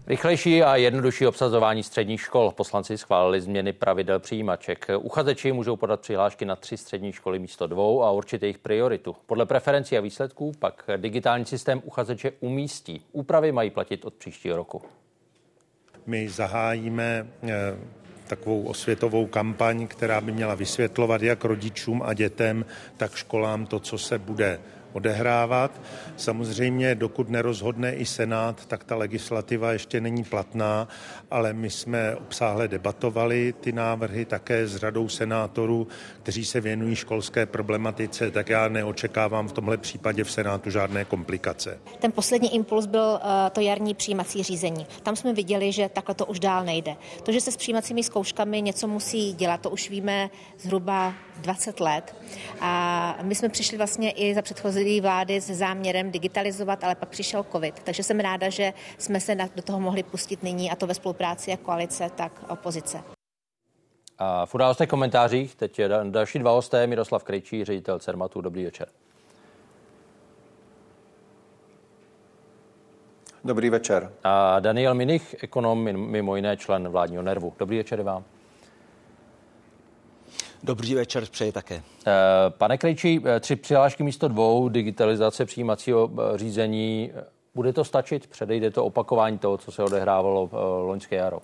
Rychlejší a jednodušší obsazování středních škol. Poslanci schválili změny pravidel přijímaček. Uchazeči můžou podat přihlášky na 3 střední školy místo 2 a určit jejich prioritu. Podle preferencí a výsledků pak digitální systém uchazeče umístí. Úpravy mají platit od příštího roku. My zahájíme takovou osvětovou kampaň, která by měla vysvětlovat jak rodičům a dětem, tak školám to, co se bude odehrávat. Samozřejmě, dokud nerozhodne i Senát, tak ta legislativa ještě není platná, ale my jsme obsáhle debatovali ty návrhy také s řadou senátorů, kteří se věnují školské problematice, tak já neočekávám v tomhle případě v Senátu žádné komplikace. Ten poslední impuls byl to jarní přijímací řízení. Tam jsme viděli, že takhle to už dál nejde. To, že se s přijímacími zkouškami něco musí dělat, to už víme zhruba 20 let. A my jsme přišli vlastně i za předchozí vlády s záměrem digitalizovat, ale pak přišel covid. Takže jsem ráda, že jsme se do toho mohli pustit nyní, a to ve spolupráci jak koalice, tak opozice. A v událostech komentářích teď další 2 hosté, Miroslav Krejčí, ředitel Cermatu. Dobrý večer. Dobrý večer. A Daniel Minich, ekonom, mimo jiné člen vládního NERVu. Dobrý večer vám. Dobrý večer, přeji také. Pane Krejčí, 3 přihlášky místo 2, digitalizace přijímacího řízení. Bude to stačit? Předejde to opakování toho, co se odehrávalo loňské jaro?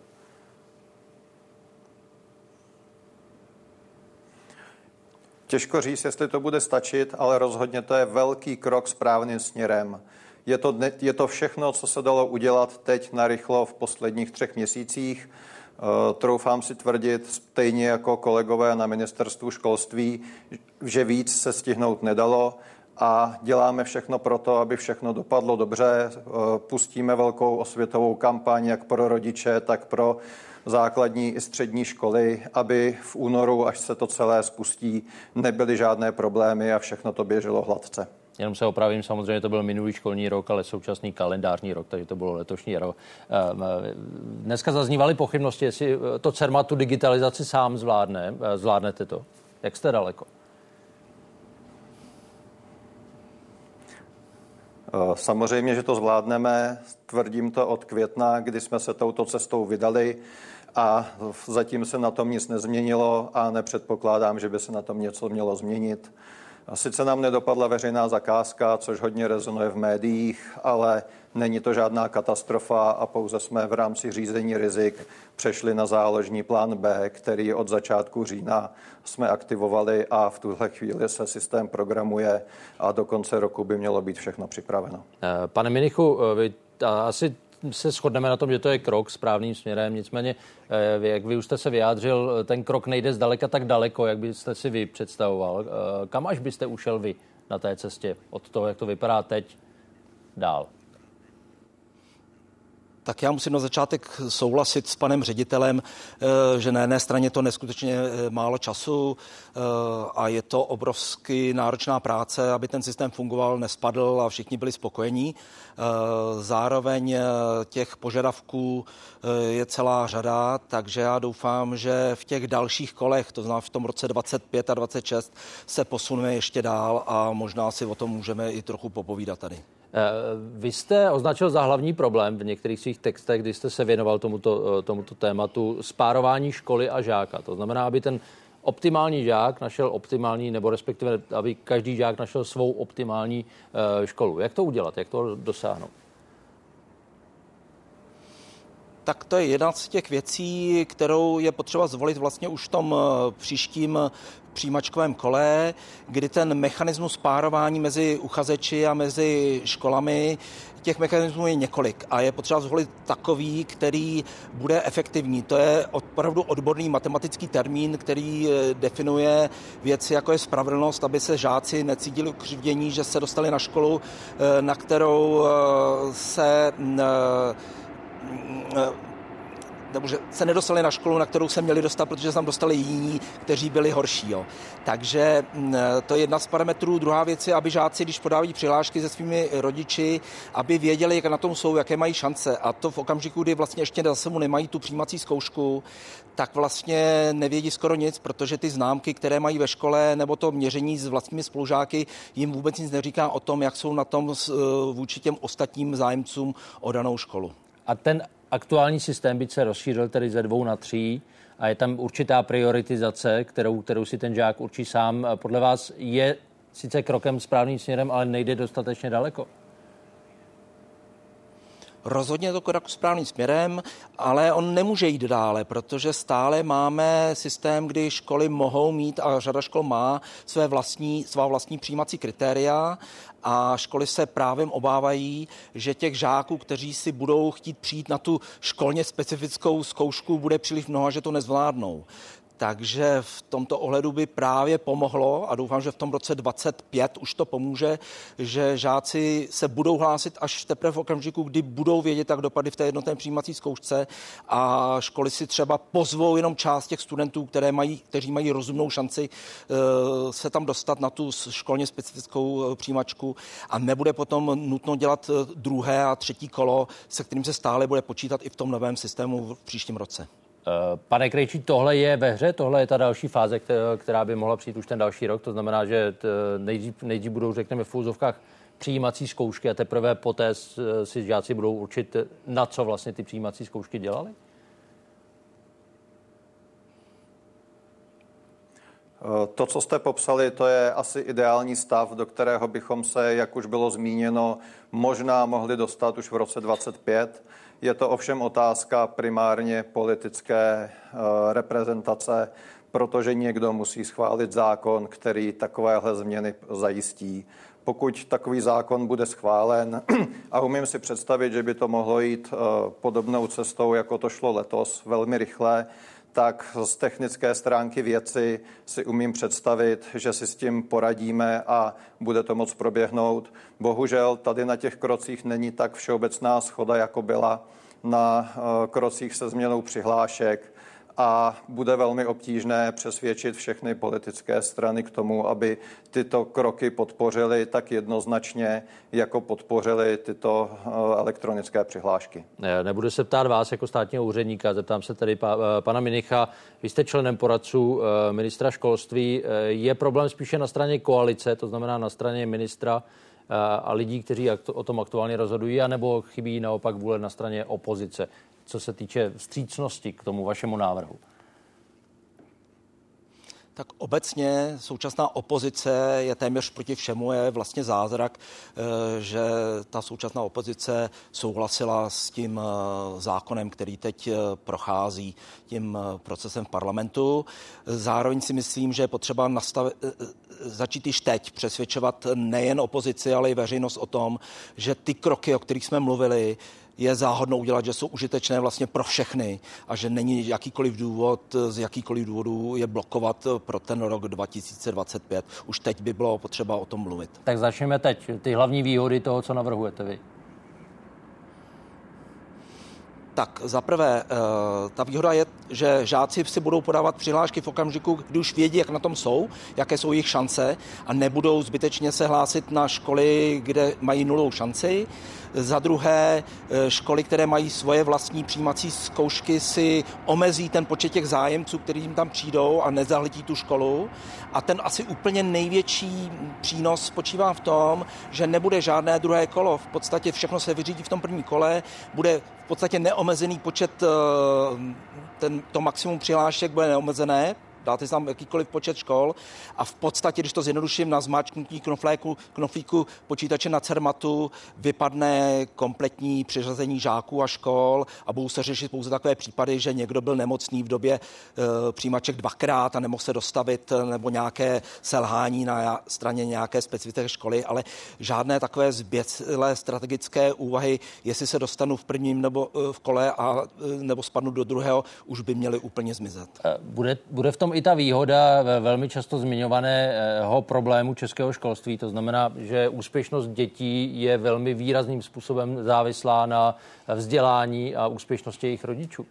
Těžko říct, jestli to bude stačit, ale rozhodně to je velký krok správným směrem. Je to všechno, co se dalo udělat teď narychlo v posledních 3 měsících. Troufám si tvrdit, stejně jako kolegové na ministerstvu školství, že víc se stihnout nedalo a děláme všechno pro to, aby všechno dopadlo dobře. Pustíme velkou osvětovou kampaň jak pro rodiče, tak pro základní i střední školy, aby v únoru, až se to celé spustí, nebyly žádné problémy a všechno to běželo hladce. Jenom se opravím, samozřejmě to byl minulý školní rok, ale současný kalendářní rok, takže to bylo letošní rok. Dneska zaznívaly pochybnosti, jestli to Cermat tu digitalizaci sám zvládne. Zvládnete to? Jak jste daleko? Samozřejmě, že to zvládneme. Tvrdím to od května, kdy jsme se touto cestou vydali a zatím se na tom nic nezměnilo a nepředpokládám, že by se na tom něco mělo změnit. Sice nám nedopadla veřejná zakázka, což hodně rezonuje v médiích, ale není to žádná katastrofa a pouze jsme v rámci řízení rizik přešli na záložní plán B, který od začátku října jsme aktivovali a v tuhle chvíli se systém programuje a do konce roku by mělo být všechno připraveno. Pane Minichu, vy asi se shodneme na tom, že to je krok správným směrem, nicméně, jak vy už jste se vyjádřil, ten krok nejde zdaleka tak daleko, jak byste si vy představoval. Kam až byste ušel vy na té cestě od toho, jak to vypadá teď, dál? Tak já musím na začátek souhlasit s panem ředitelem, že na jedné straně to neskutečně málo času a je to obrovsky náročná práce, aby ten systém fungoval, nespadl a všichni byli spokojení. Zároveň těch požadavků je celá řada, takže já doufám, že v těch dalších kolech, to znamená v tom roce 25 a 26, se posuneme ještě dál a možná si o tom můžeme i trochu popovídat tady. Vy jste označil za hlavní problém v některých svých textech, kdy jste se věnoval tomuto tématu spárování školy a žáka. To znamená, aby ten optimální žák našel optimální, nebo respektive, aby každý žák našel svou optimální školu. Jak to udělat? Jak to dosáhnout? Tak to je jedna z těch věcí, kterou je potřeba zvolit vlastně už v tom příštím přijímačkovém kole, kdy ten mechanismus párování mezi uchazeči a mezi školami, těch mechanismů je několik a je potřeba zvolit takový, který bude efektivní. To je opravdu odborný matematický termín, který definuje věci, jako je spravedlnost, aby se žáci necítili ukřivdění, že se dostali na školu, na kterou nebo že se nedostali na školu, na kterou se měli dostat, protože se tam dostali jiní, kteří byli horší. Jo. Takže to je jedna z parametrů. Druhá věc je, aby žáci, když podávají přihlášky se svými rodiči, aby věděli, jak na tom jsou, jaké mají šance. A to v okamžiku, kdy vlastně ještě za sebou nemají tu přijímací zkoušku, tak vlastně nevědí skoro nic, protože ty známky, které mají ve škole, nebo to měření s vlastními spolužáky, jim vůbec nic neříká o tom, jak jsou na tom vůči těm ostatním zájemcům o danou školu. A ten aktuální systém, byť se rozšířil tedy ze 2 na 3 a je tam určitá prioritizace, kterou si ten žák určí sám, podle vás je sice krokem správným směrem, ale nejde dostatečně daleko? Rozhodně je to krok správným směrem, ale on nemůže jít dále, protože stále máme systém, kdy školy mohou mít, a řada škol má svá vlastní přijímací kritéria a školy se právě obávají, že těch žáků, kteří si budou chtít přijít na tu školně specifickou zkoušku, bude příliš mnoho a že to nezvládnou. Takže v tomto ohledu by právě pomohlo, a doufám, že v tom roce 2025 už to pomůže, že žáci se budou hlásit až teprve v okamžiku, kdy budou vědět, jak dopady v té jednotné přijímací zkoušce, a školy si třeba pozvou jenom část těch studentů, kteří mají rozumnou šanci se tam dostat na tu školně specifickou přijímačku, a nebude potom nutno dělat druhé a třetí kolo, se kterým se stále bude počítat i v tom novém systému v příštím roce. Pane Krejčí, tohle je ve hře, tohle je ta další fáze, která by mohla přijít už ten další rok, to znamená, že nejdřív budou, řekněme, v úzovkách přijímací zkoušky a teprve poté si žáci budou určit, na co vlastně ty přijímací zkoušky dělali? To, co jste popsali, to je asi ideální stav, do kterého bychom se, jak už bylo zmíněno, možná mohli dostat už v roce 2025. Je to ovšem otázka primárně politické reprezentace, protože někdo musí schválit zákon, který takovéhle změny zajistí. Pokud takový zákon bude schválen, a umím si představit, že by to mohlo jít podobnou cestou, jako to šlo letos, velmi rychle, tak z technické stránky věci si umím představit, že si s tím poradíme a bude to moct proběhnout. Bohužel tady na těch krocích není tak všeobecná shoda, jako byla na krocích se změnou přihlášek, a bude velmi obtížné přesvědčit všechny politické strany k tomu, aby tyto kroky podpořily tak jednoznačně, jako podpořily tyto elektronické přihlášky. Nebudu se ptát vás jako státního úředníka, zeptám se tady pana Minicha. Vy jste členem poradců ministra školství. Je problém spíše na straně koalice, to znamená na straně ministra a lidí, kteří o tom aktuálně rozhodují, anebo chybí naopak vůle na straně opozice, co se týče vstřícnosti k tomu vašemu návrhu? Tak obecně současná opozice je téměř proti všemu, je vlastně zázrak, že ta současná opozice souhlasila s tím zákonem, který teď prochází tím procesem v parlamentu. Zároveň si myslím, že je potřeba začít již teď přesvědčovat nejen opozici, ale i veřejnost o tom, že ty kroky, o kterých jsme mluvili, je záhodno udělat, že jsou užitečné vlastně pro všechny a že není jakýkoliv důvod, z jakýkoliv důvodů je blokovat pro ten rok 2025. Už teď by bylo potřeba o tom mluvit. Tak začneme teď. Ty hlavní výhody toho, co navrhujete vy. Tak zaprvé, ta výhoda je, že žáci si budou podávat přihlášky v okamžiku, kdy už vědí, jak na tom jsou, jaké jsou jejich šance, a nebudou zbytečně se hlásit na školy, kde mají nulovou šanci. Za druhé, školy, které mají svoje vlastní přijímací zkoušky, si omezí ten počet těch zájemců, kteří jim tam přijdou, a nezahltí tu školu. A ten asi úplně největší přínos spočívá v tom, že nebude žádné druhé kolo. V podstatě všechno se vyřídí v tom prvním kole, bude v podstatě neomezený počet, to maximum přihlášek bude neomezené, dáte tam jakýkoliv počet škol, a v podstatě, když to zjednoduším, na zmáčknutí knoflíku počítače na Cermatu vypadne kompletní přiřazení žáků a škol a budou se řešit pouze takové případy, že někdo byl nemocný v době přijímaček 2krát a nemohl se dostavit, nebo nějaké selhání na straně nějaké specifické školy, ale žádné takové zběsilé strategické úvahy, jestli se dostanu v prvním nebo v kole nebo spadnu do druhého, už by měly úplně zmizet. Bude v tom i ta výhoda velmi často zmiňovaného problému českého školství, to znamená, že úspěšnost dětí je velmi výrazným způsobem závislá na vzdělání a úspěšnosti jejich rodičů.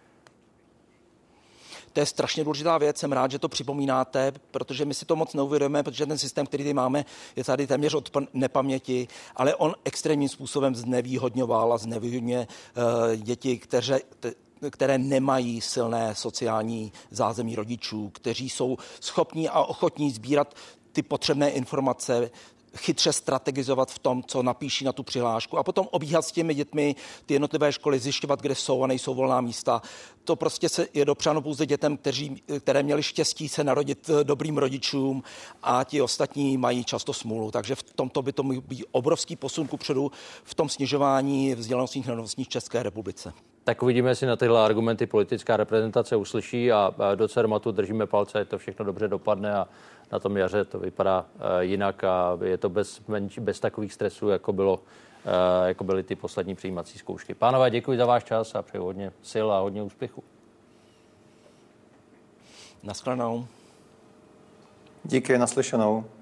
To je strašně důležitá věc, jsem rád, že to připomínáte, protože my si to moc neuvědomujeme, protože ten systém, který tady máme, je tady téměř od nepaměti, ale on extrémním způsobem znevýhodňoval a znevýhodňuje děti, které nemají silné sociální zázemí rodičů, kteří jsou schopní a ochotní sbírat ty potřebné informace, chytře strategizovat v tom, co napíší na tu přihlášku a potom obíhat s těmi dětmi ty jednotlivé školy, zjišťovat, kde jsou a nejsou volná místa. To prostě je dopřáno pouze dětem, které měly štěstí se narodit dobrým rodičům a ti ostatní mají často smůlu. Takže v tomto by to měl být obrovský posun kupředu v tom snižování vzdělanostních nerovností v České republice. Tak uvidíme, jestli na tyhle argumenty politická reprezentace uslyší a do Cermatu držíme palce, to všechno dobře dopadne a na tom jaře to vypadá jinak a je to bez takových stresů, jako byly ty poslední přijímací zkoušky. Pánové, děkuji za váš čas a přeju hodně sil a hodně úspěchu. Naschledanou. Díky, naslyšenou.